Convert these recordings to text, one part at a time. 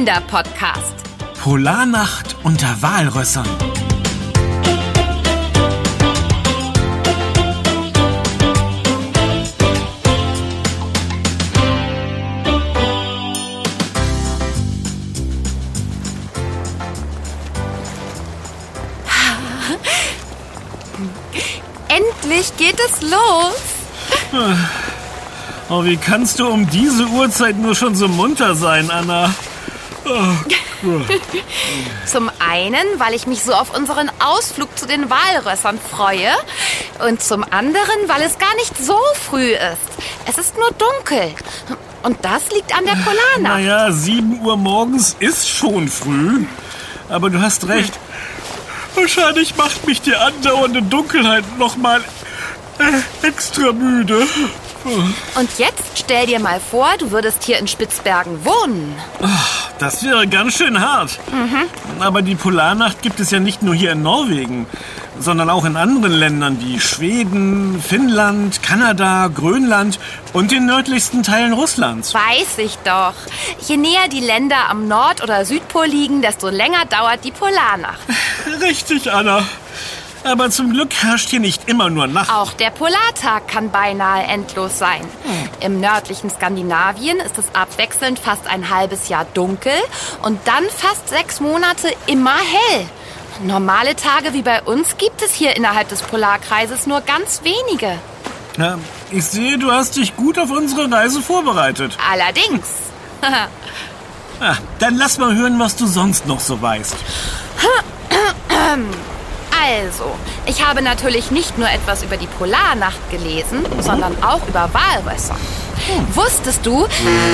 Kinderpodcast. Polarnacht unter Walrössern. Endlich geht es los. Oh, wie kannst du um diese Uhrzeit nur schon so munter sein, Anna? Zum einen, weil ich mich so auf unseren Ausflug zu den Walrössern freue. Und zum anderen, weil es gar nicht so früh ist. Es ist nur dunkel. Und das liegt an der Polarnacht. Naja, 7 Uhr morgens ist schon früh. Aber du hast recht. Wahrscheinlich macht mich die andauernde Dunkelheit noch mal extra müde. Und jetzt stell dir mal vor, du würdest hier in Spitzbergen wohnen. Das wäre ganz schön hart. Aber die Polarnacht gibt es ja nicht nur hier in Norwegen, sondern auch in anderen Ländern wie Schweden, Finnland, Kanada, Grönland und den nördlichsten Teilen Russlands. Weiß ich doch. Je näher die Länder am Nord- oder Südpol liegen, desto länger dauert die Polarnacht. Richtig, Anna. Aber zum Glück herrscht hier nicht immer nur Nacht. Auch der Polartag kann beinahe endlos sein. Im nördlichen Skandinavien ist es abwechselnd fast ein halbes Jahr dunkel und dann fast 6 Monate immer hell. Normale Tage wie bei uns gibt es hier innerhalb des Polarkreises nur ganz wenige. Ja, ich sehe, du hast dich gut auf unsere Reise vorbereitet. Allerdings. Dann lass mal hören, was du sonst noch so weißt. Also, ich habe natürlich nicht nur etwas über die Polarnacht gelesen, sondern auch über Walrösser. Wusstest du?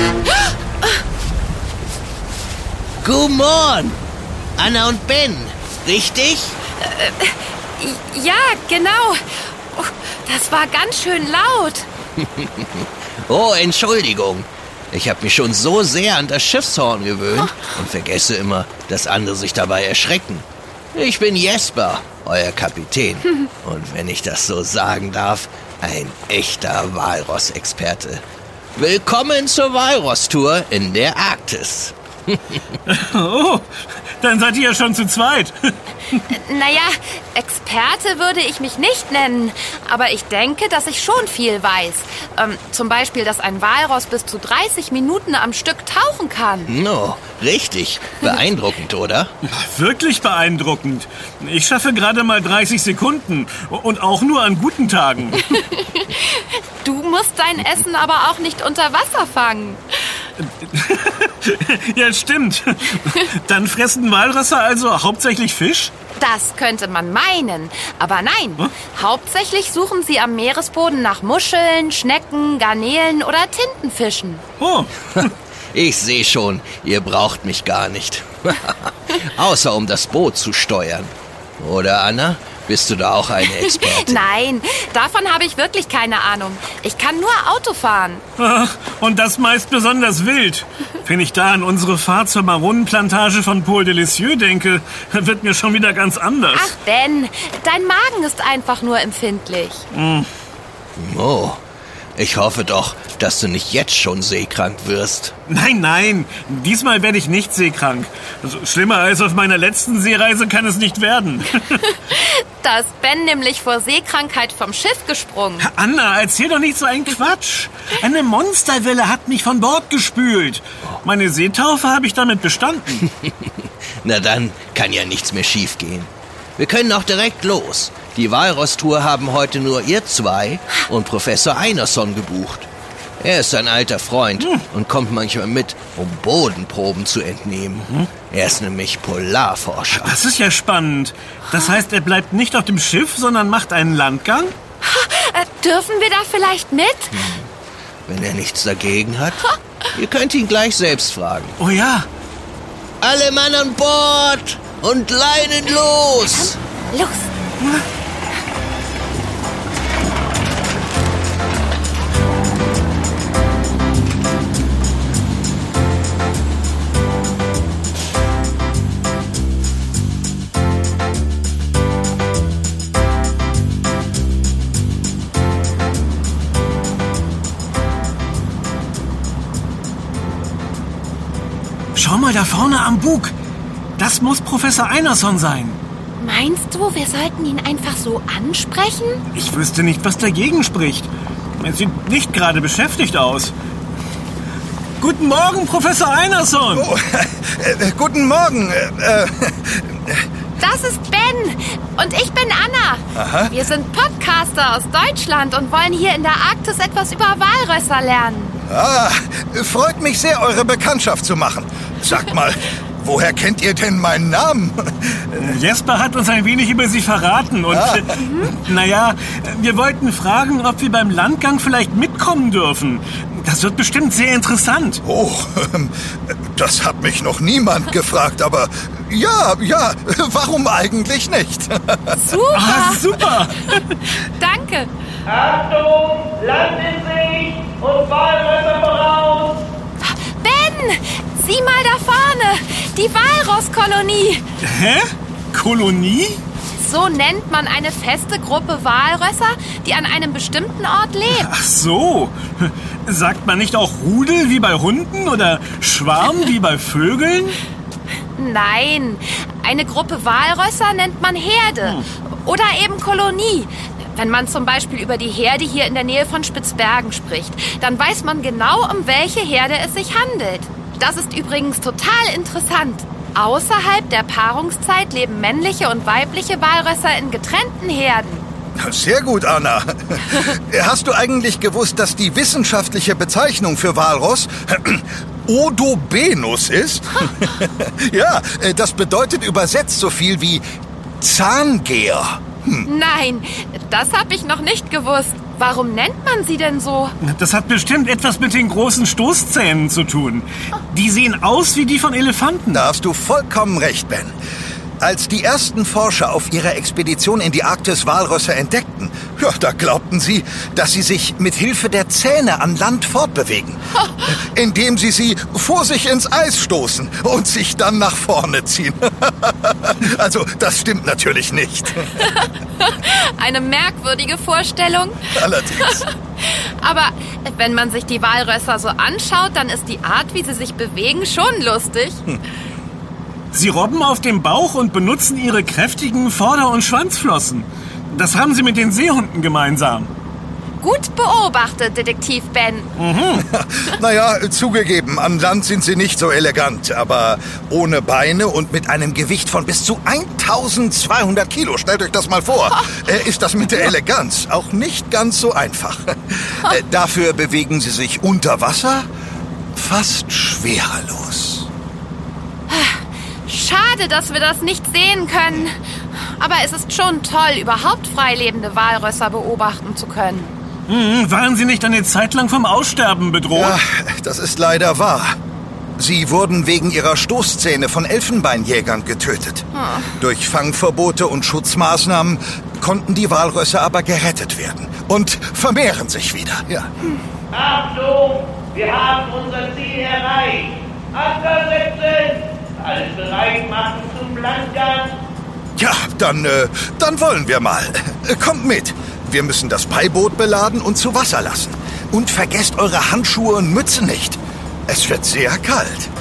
Guten Morgen, Anna und Ben, richtig? Ja, genau. Oh, das war ganz schön laut. Oh, Entschuldigung. Ich habe mich schon so sehr an das Schiffshorn gewöhnt und vergesse immer, dass andere sich dabei erschrecken. Ich bin Jesper, euer Kapitän. Und wenn ich das so sagen darf, ein echter Walross-Experte. Willkommen zur Walross-Tour in der Arktis. Oh, dann seid ihr ja schon zu zweit. Naja, Experte würde ich mich nicht nennen, aber ich denke, dass ich schon viel weiß. Zum Beispiel, dass ein Walross bis zu 30 Minuten am Stück tauchen kann. No, richtig. Beeindruckend, oder? Wirklich beeindruckend. Ich schaffe gerade mal 30 Sekunden und auch nur an guten Tagen. Du musst dein Essen aber auch nicht unter Wasser fangen. Ja, stimmt. Dann fressen Walrösser also hauptsächlich Fisch? Das könnte man meinen. Aber nein, hauptsächlich suchen sie am Meeresboden nach Muscheln, Schnecken, Garnelen oder Tintenfischen. Oh, Ich sehe schon, ihr braucht mich gar nicht. Außer um das Boot zu steuern. Oder, Anna? Bist du da auch eine Expertin? Nein, davon habe ich wirklich keine Ahnung. Ich kann nur Auto fahren. und das meist besonders wild. Wenn ich da an unsere Fahrt zur Maronenplantage von Pol de Lisieux denke, wird mir schon wieder ganz anders. Ach Ben, dein Magen ist einfach nur empfindlich. Oh, ich hoffe doch, dass du nicht jetzt schon seekrank wirst. Nein, diesmal werde ich nicht seekrank. Also, schlimmer als auf meiner letzten Seereise kann es nicht werden. Da ist Ben nämlich vor Seekrankheit vom Schiff gesprungen. Anna, erzähl doch nicht so einen Quatsch. Eine Monsterwelle hat mich von Bord gespült. Meine Seetaufe habe ich damit bestanden. Na dann kann ja nichts mehr schiefgehen. Wir können auch direkt los. Die Walross-Tour haben heute nur ihr zwei und Professor Einarsson gebucht. Er ist ein alter Freund und kommt manchmal mit, um Bodenproben zu entnehmen. Er ist nämlich Polarforscher. Das ist ja spannend. Das heißt, er bleibt nicht auf dem Schiff, sondern macht einen Landgang? Dürfen wir da vielleicht mit? Wenn er nichts dagegen hat, ihr könnt ihn gleich selbst fragen. Oh ja. Alle Mann an Bord und Leinen los! Los! Schau mal mal da vorne am Bug. Das muss Professor Einarsson sein. Meinst du, wir sollten ihn einfach so ansprechen? Ich wüsste nicht, was dagegen spricht. Er sieht nicht gerade beschäftigt aus. Guten Morgen, Professor Einarsson. Oh, guten Morgen. Das ist Ben und ich bin Anna. Aha. Wir sind Podcaster aus Deutschland und wollen hier in der Arktis etwas über Walrösser lernen. Freut mich sehr, eure Bekanntschaft zu machen. Sagt mal, woher kennt ihr denn meinen Namen? Jesper hat uns ein wenig über Sie verraten und, naja, wir wollten fragen, ob wir beim Landgang vielleicht mitkommen dürfen. Das wird bestimmt sehr interessant. Oh, das hat mich noch niemand gefragt, aber ja, warum eigentlich nicht? Super! Super! Danke! Achtung, Land in Sicht und Walrösser voraus! Ben, sieh mal da vorne! Die Walrosskolonie! Hä? Kolonie? So nennt man eine feste Gruppe Walrösser, die an einem bestimmten Ort lebt. Ach so. Sagt man nicht auch Rudel wie bei Hunden oder Schwarm wie bei Vögeln? Nein, eine Gruppe Walrösser nennt man Herde oder eben Kolonie. Wenn man zum Beispiel über die Herde hier in der Nähe von Spitzbergen spricht, dann weiß man genau, um welche Herde es sich handelt. Das ist übrigens total interessant. Außerhalb der Paarungszeit leben männliche und weibliche Walrösser in getrennten Herden. Sehr gut, Anna. Hast du eigentlich gewusst, dass die wissenschaftliche Bezeichnung für Walross Odobenus ist? Ja, das bedeutet übersetzt so viel wie Zahngeher. Nein, das habe ich noch nicht gewusst. Warum nennt man sie denn so? Das hat bestimmt etwas mit den großen Stoßzähnen zu tun. Die sehen aus wie die von Elefanten. Da hast du vollkommen recht, Ben. Als die ersten Forscher auf ihrer Expedition in die Arktis Walrösser entdeckten, ja, da glaubten sie, dass sie sich mit Hilfe der Zähne an Land fortbewegen, indem sie vor sich ins Eis stoßen und sich dann nach vorne ziehen. Also, das stimmt natürlich nicht. Eine merkwürdige Vorstellung. Allerdings. Aber wenn man sich die Walrösser so anschaut, dann ist die Art, wie sie sich bewegen, schon lustig. Sie robben auf dem Bauch und benutzen ihre kräftigen Vorder- und Schwanzflossen. Das haben sie mit den Seehunden gemeinsam. Gut beobachtet, Detektiv Ben. Naja, zugegeben, an Land sind sie nicht so elegant, aber ohne Beine und mit einem Gewicht von bis zu 1200 Kilo, stellt euch das mal vor, ist das mit der Eleganz auch nicht ganz so einfach. Dafür bewegen sie sich unter Wasser fast schwerelos. Schade, dass wir das nicht sehen können. Aber es ist schon toll, überhaupt freilebende Walrösser beobachten zu können. Waren sie nicht eine Zeit lang vom Aussterben bedroht? Ja, das ist leider wahr. Sie wurden wegen ihrer Stoßzähne von Elfenbeinjägern getötet. Durch Fangverbote und Schutzmaßnahmen konnten die Walrösser aber gerettet werden und vermehren sich wieder. Ja. Achtung, wir haben unser Ziel erreicht. Anker setzen! Alles bereit machen zum Landgang? Ja, dann wollen wir mal. Kommt mit. Wir müssen das Beiboot beladen und zu Wasser lassen. Und vergesst eure Handschuhe und Mütze nicht. Es wird sehr kalt.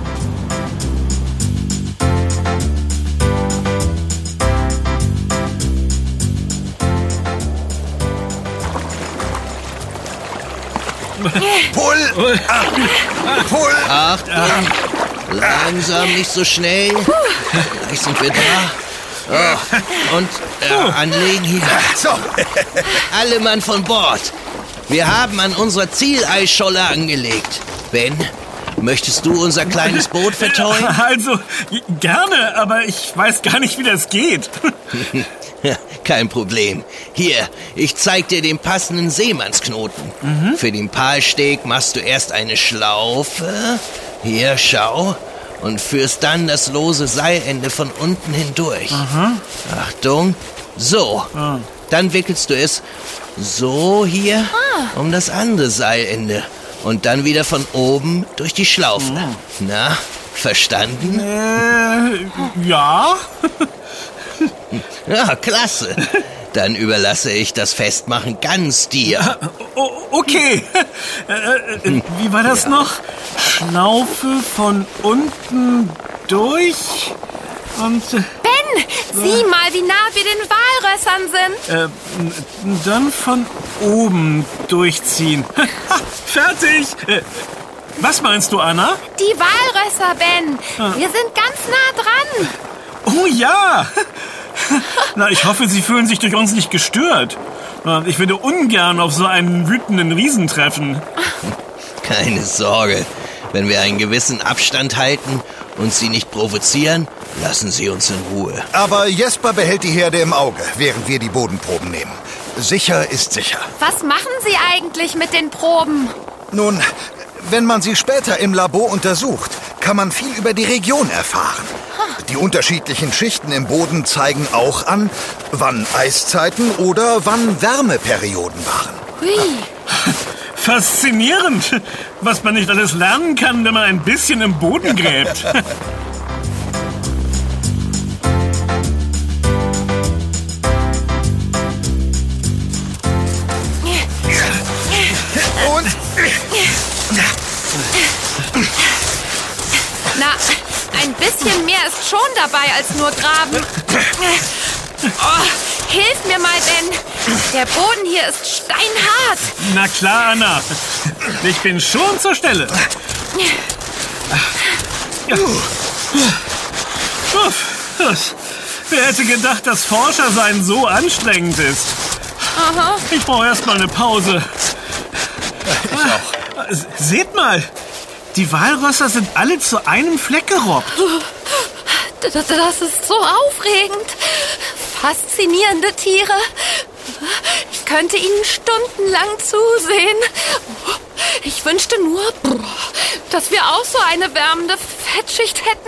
Pull ab! Pull! Achtung! Langsam, nicht so schnell. Gleich sind wir da. Oh, und anlegen hier. So, Alle Mann von Bord. Wir haben an unserer Zieleisscholle angelegt. Ben, möchtest du unser kleines Boot verteuen? Also, gerne, aber ich weiß gar nicht, wie das geht. Kein Problem. Hier, ich zeig dir den passenden Seemannsknoten. Für den Palsteg machst du erst eine Schlaufe. Hier, schau. Und führst dann das lose Seilende von unten hindurch. Achtung. So. Dann wickelst du es so hier um das andere Seilende. Und dann wieder von oben durch die Schlaufe. Na, verstanden? Ja? Ja, klasse. Dann überlasse ich das Festmachen ganz dir. Okay. Wie war das noch? Schnaufe von unten durch und... Ben, sieh mal, wie nah wir den Walrössern sind. Dann von oben durchziehen. Fertig. Was meinst du, Anna? Die Walrösser, Ben. Wir sind ganz nah dran. Oh ja. Na, ich hoffe, sie fühlen sich durch uns nicht gestört. Ich würde ungern auf so einen wütenden Riesen treffen. Keine Sorge. Wenn wir einen gewissen Abstand halten und sie nicht provozieren, lassen sie uns in Ruhe. Aber Jesper behält die Herde im Auge, während wir die Bodenproben nehmen. Sicher ist sicher. Was machen Sie eigentlich mit den Proben? Nun, wenn man sie später im Labor untersucht, kann man viel über die Region erfahren. Die unterschiedlichen Schichten im Boden zeigen auch an, wann Eiszeiten oder wann Wärmeperioden waren. Hui. Faszinierend, was man nicht alles lernen kann, wenn man ein bisschen im Boden gräbt. Und? Na, ein bisschen mehr ist schon dabei als nur graben. Oh, hilf mir mal, Ben. Der Boden hier ist steinhart. Na klar, Anna. Ich bin schon zur Stelle. Ja. Uff. Wer hätte gedacht, dass Forschersein so anstrengend ist? Aha. Ich brauche erstmal eine Pause. Ich auch. Seht mal, die Walrösser sind alle zu einem Fleck gerobbt. Das ist so aufregend. Faszinierende Tiere. Ich könnte ihnen stundenlang zusehen. Ich wünschte nur, dass wir auch so eine wärmende Fettschicht hätten.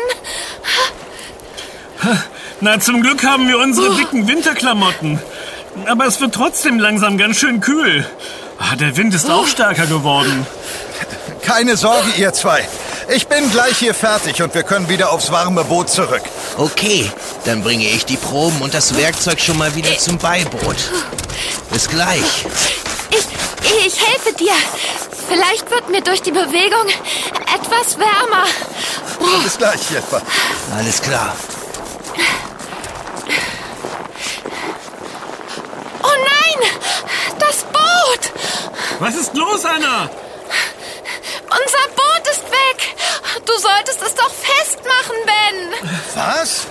Na, zum Glück haben wir unsere dicken Winterklamotten. Aber es wird trotzdem langsam ganz schön kühl. Der Wind ist auch stärker geworden. Keine Sorge, ihr zwei. Ich bin gleich hier fertig und wir können wieder aufs warme Boot zurück. Okay, dann bringe ich die Proben und das Werkzeug schon mal wieder zum Beiboot. Bis gleich. Ich helfe dir. Vielleicht wird mir durch die Bewegung etwas wärmer. Bis gleich, Jesper. Alles klar. Oh nein! Das Boot! Was ist los, Anna? Unser Boot ist weg! Du solltest es doch festmachen, Ben! Was?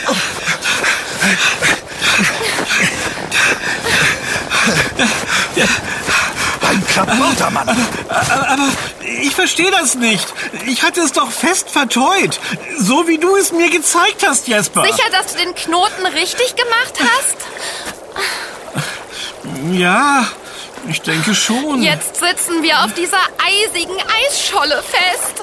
Ein Klabauter, Mann. Aber ich verstehe das nicht. Ich hatte es doch fest verteut. So wie du es mir gezeigt hast, Jesper. Sicher, dass du den Knoten richtig gemacht hast? Ja, ich denke schon. Jetzt sitzen wir auf dieser eisigen Eisscholle fest.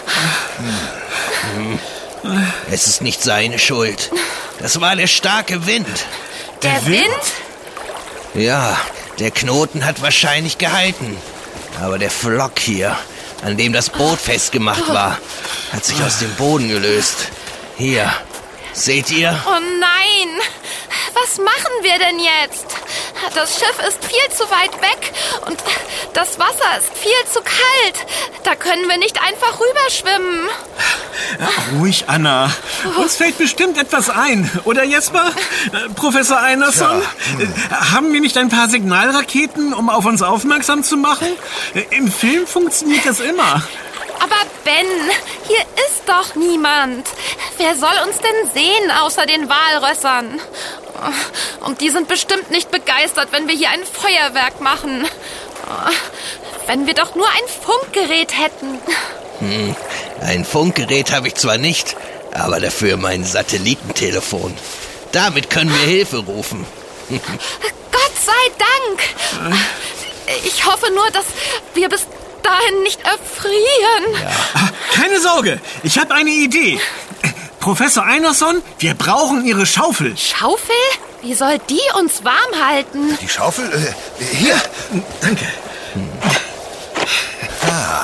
Es ist nicht seine Schuld. Das war der starke Wind. Der Wind? Ja, der Knoten hat wahrscheinlich gehalten. Aber der Flock hier, an dem das Boot festgemacht war, hat sich aus dem Boden gelöst. Hier, seht ihr? Oh nein! Was machen wir denn jetzt? Das Schiff ist viel zu weit weg und das Wasser ist viel zu kalt. Da können wir nicht einfach rüberschwimmen. Ruhig, Anna. Uns fällt bestimmt etwas ein. Oder, Jesper? Professor Einarsson? Haben wir nicht ein paar Signalraketen, um auf uns aufmerksam zu machen? Im Film funktioniert das immer. Aber Ben, hier ist doch niemand. Wer soll uns denn sehen, außer den Walrössern? Und die sind bestimmt nicht begeistert, wenn wir hier ein Feuerwerk machen. Wenn wir doch nur ein Funkgerät hätten. Ein Funkgerät habe ich zwar nicht, aber dafür mein Satellitentelefon. Damit können wir Hilfe rufen. Gott sei Dank. Ich hoffe nur, dass wir bis dahin nicht erfrieren. Ja. Keine Sorge, ich habe eine Idee. Professor Einarsson, wir brauchen Ihre Schaufel. Schaufel? Wie soll die uns warm halten? Die Schaufel? Hier. Danke.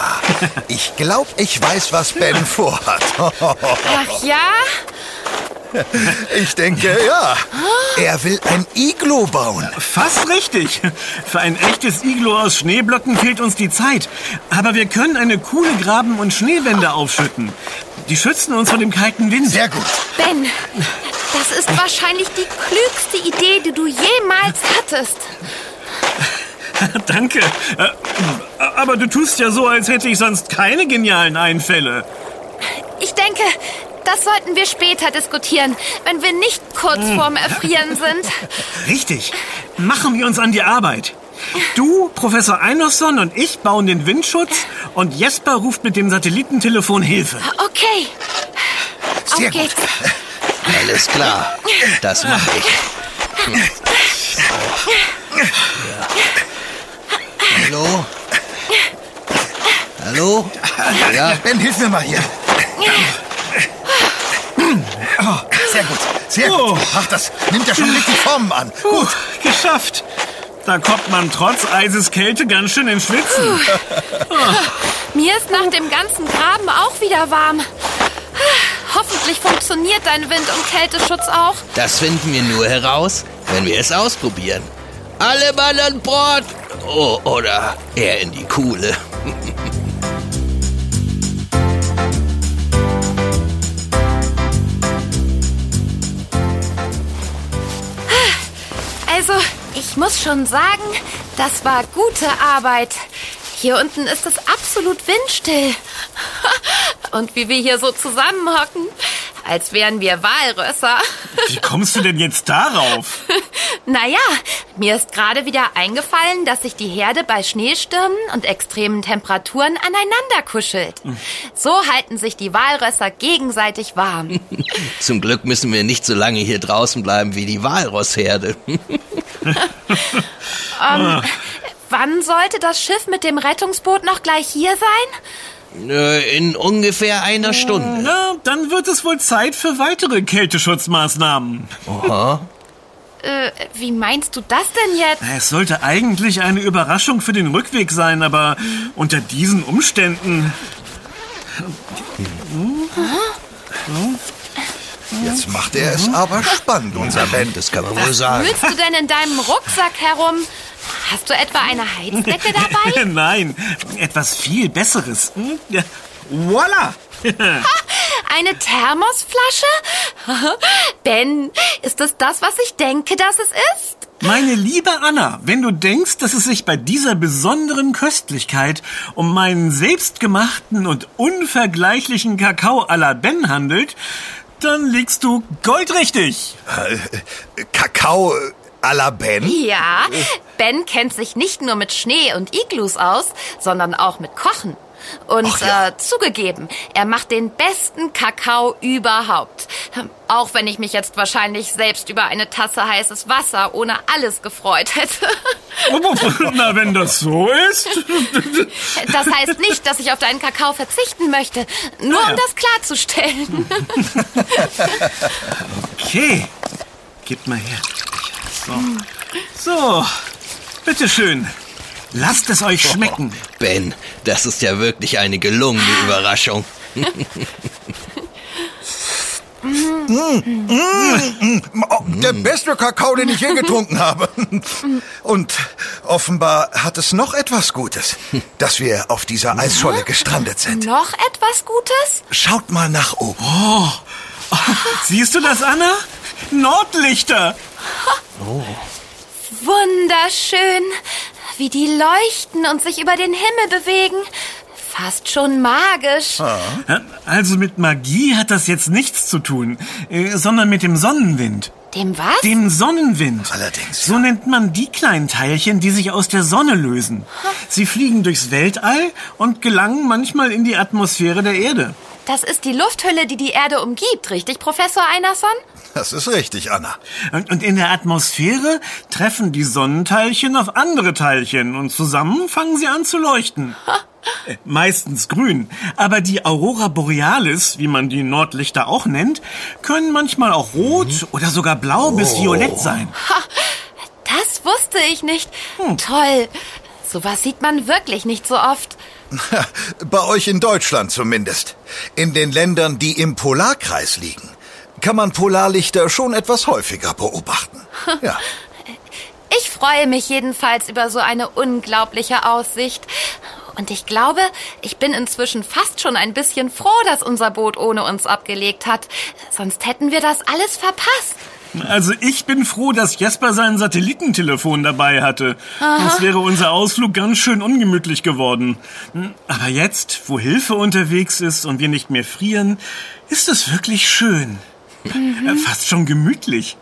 Ich glaube, ich weiß, was Ben vorhat. Ach ja? Ich denke, ja. Er will ein Iglu bauen. Fast richtig. Für ein echtes Iglu aus Schneeblöcken fehlt uns die Zeit. Aber wir können eine Kuhle graben und Schneewände aufschütten. Die schützen uns vor dem kalten Wind. Sehr gut. Ben, das ist wahrscheinlich die klügste Idee, die du jemals hattest. Danke. Aber du tust ja so, als hätte ich sonst keine genialen Einfälle. Ich denke, das sollten wir später diskutieren, wenn wir nicht kurz vorm Erfrieren sind. Richtig. Machen wir uns an die Arbeit. Du, Professor Einarsson und ich bauen den Windschutz und Jesper ruft mit dem Satellitentelefon Hilfe. Okay. Sehr Auf geht's. gut. Alles klar, das mache ich. Hallo? Hallo? Ja, Ben, hilf mir mal hier. Oh, sehr gut, sehr gut. Ach, das nimmt ja schon richtig Formen an. Gut, geschafft. Da kommt man trotz Eiseskälte ganz schön ins Schwitzen. Mir ist nach dem ganzen Graben auch wieder warm. Hoffentlich funktioniert dein Wind- und Kälteschutz auch. das finden wir nur heraus, wenn wir es ausprobieren. Alle Mann an Bord! Oh, oder eher in die Kuhle. Also, ich muss schon sagen, das war gute Arbeit. Hier unten ist es absolut windstill. Und wie wir hier so zusammenhocken, als wären wir Walrösser. Wie kommst du denn jetzt darauf? Naja, mir ist gerade wieder eingefallen, dass sich die Herde bei Schneestürmen und extremen Temperaturen aneinander kuschelt. So halten sich die Walrösser gegenseitig warm. Zum Glück müssen wir nicht so lange hier draußen bleiben wie die Walrossherde. Wann sollte das Schiff mit dem Rettungsboot noch gleich hier sein? In ungefähr einer Stunde. Na, dann wird es wohl Zeit für weitere Kälteschutzmaßnahmen. Aha. Wie meinst du das denn jetzt? Es sollte eigentlich eine Überraschung für den Rückweg sein, aber unter diesen Umständen... Jetzt macht er es aber spannend, unser Ben. Das kann man wohl sagen. Wühlst du denn in deinem Rucksack herum? Hast du etwa eine Heizdecke dabei? Nein, etwas viel Besseres. Ja, voila! Eine Thermosflasche? Ben, ist es das, was ich denke, dass es ist? Meine liebe Anna, wenn du denkst, dass es sich bei dieser besonderen Köstlichkeit um meinen selbstgemachten und unvergleichlichen Kakao à la Ben handelt, dann liegst du goldrichtig. Kakao à la Ben? Ja, Ben kennt sich nicht nur mit Schnee und Iglus aus, sondern auch mit Kochen. Und Ach ja. zugegeben, er macht den besten Kakao überhaupt. Auch wenn ich mich jetzt wahrscheinlich selbst über eine Tasse heißes Wasser ohne alles gefreut hätte. Na, wenn das so ist. Das heißt nicht, dass ich auf deinen Kakao verzichten möchte. Nur um das klarzustellen. Okay, gib mal her. So, bitteschön. Lasst es euch schmecken. Ben, das ist ja wirklich eine gelungene Überraschung. Der beste Kakao, den ich je getrunken habe. Und offenbar hat es noch etwas Gutes, dass wir auf dieser Eisscholle gestrandet sind. Noch etwas Gutes? Schaut mal nach oben. Siehst du das, Anna? Nordlichter. Wunderschön, wie die leuchten und sich über den Himmel bewegen. Fast schon magisch. Also mit Magie hat das jetzt nichts zu tun, sondern mit dem Sonnenwind. Dem was? Dem Sonnenwind. Allerdings, So nennt man die kleinen Teilchen, die sich aus der Sonne lösen. Sie fliegen durchs Weltall und gelangen manchmal in die Atmosphäre der Erde. Das ist die Lufthülle, die die Erde umgibt, richtig, Professor Einarsson? Das ist richtig, Anna. Und in der Atmosphäre treffen die Sonnenteilchen auf andere Teilchen und zusammen fangen sie an zu leuchten. Meistens grün. Aber die Aurora Borealis, wie man die Nordlichter auch nennt, können manchmal auch rot oder sogar blau bis violett sein. Das wusste ich nicht. Toll. Sowas sieht man wirklich nicht so oft. Bei euch in Deutschland zumindest. In den Ländern, die im Polarkreis liegen. kann man Polarlichter schon etwas häufiger beobachten. Ja. Ich freue mich jedenfalls über so eine unglaubliche Aussicht. Und ich glaube, ich bin inzwischen fast schon ein bisschen froh, dass unser Boot ohne uns abgelegt hat. Sonst hätten wir das alles verpasst. Also ich bin froh, dass Jesper sein Satellitentelefon dabei hatte. Sonst wäre unser Ausflug ganz schön ungemütlich geworden. Aber jetzt, wo Hilfe unterwegs ist und wir nicht mehr frieren, ist es wirklich schön. Fast schon gemütlich.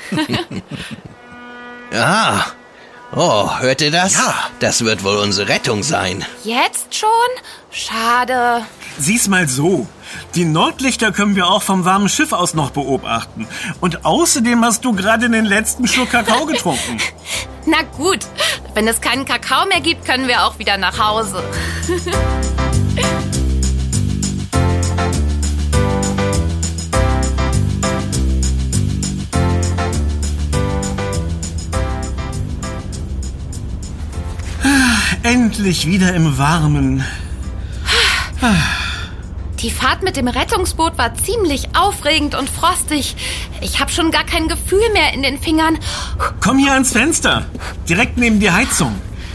Ah, oh, hört ihr das? Ja. Das wird wohl unsere Rettung sein. Jetzt schon? Schade. Sieh's mal so. Die Nordlichter können wir auch vom warmen Schiff aus noch beobachten. Und außerdem hast du gerade den letzten Schluck Kakao getrunken. Na gut, wenn es keinen Kakao mehr gibt, können wir auch wieder nach Hause. Endlich wieder im Warmen. Die Fahrt mit dem Rettungsboot war ziemlich aufregend und frostig. Ich habe schon gar kein Gefühl mehr in den Fingern. Komm hier ans Fenster. Direkt neben die Heizung.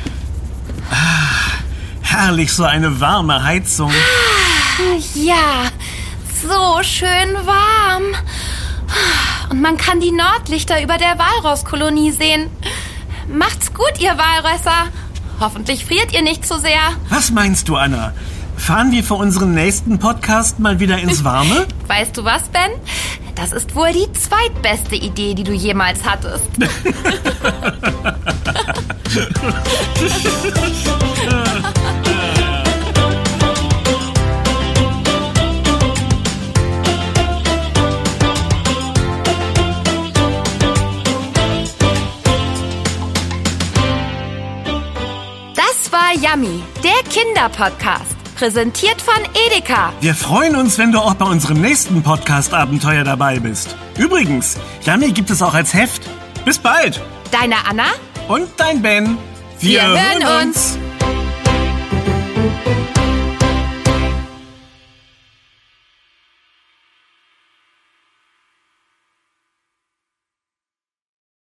Herrlich, so eine warme Heizung. Ja, so schön warm. Und man kann die Nordlichter über der Walrosskolonie sehen. Macht's gut, ihr Walrösser. Hoffentlich friert ihr nicht zu sehr. Was meinst du, Anna? Fahren wir für unseren nächsten Podcast mal wieder ins Warme? Weißt du was, Ben? Das ist wohl die zweitbeste Idee, die du jemals hattest. Das war Yummy, der Kinderpodcast. Präsentiert von Edeka. Wir freuen uns, wenn du auch bei unserem nächsten Podcast-Abenteuer dabei bist. Übrigens, Yummy gibt es auch als Heft. Bis bald. Deine Anna Und dein Ben. Wir hören uns.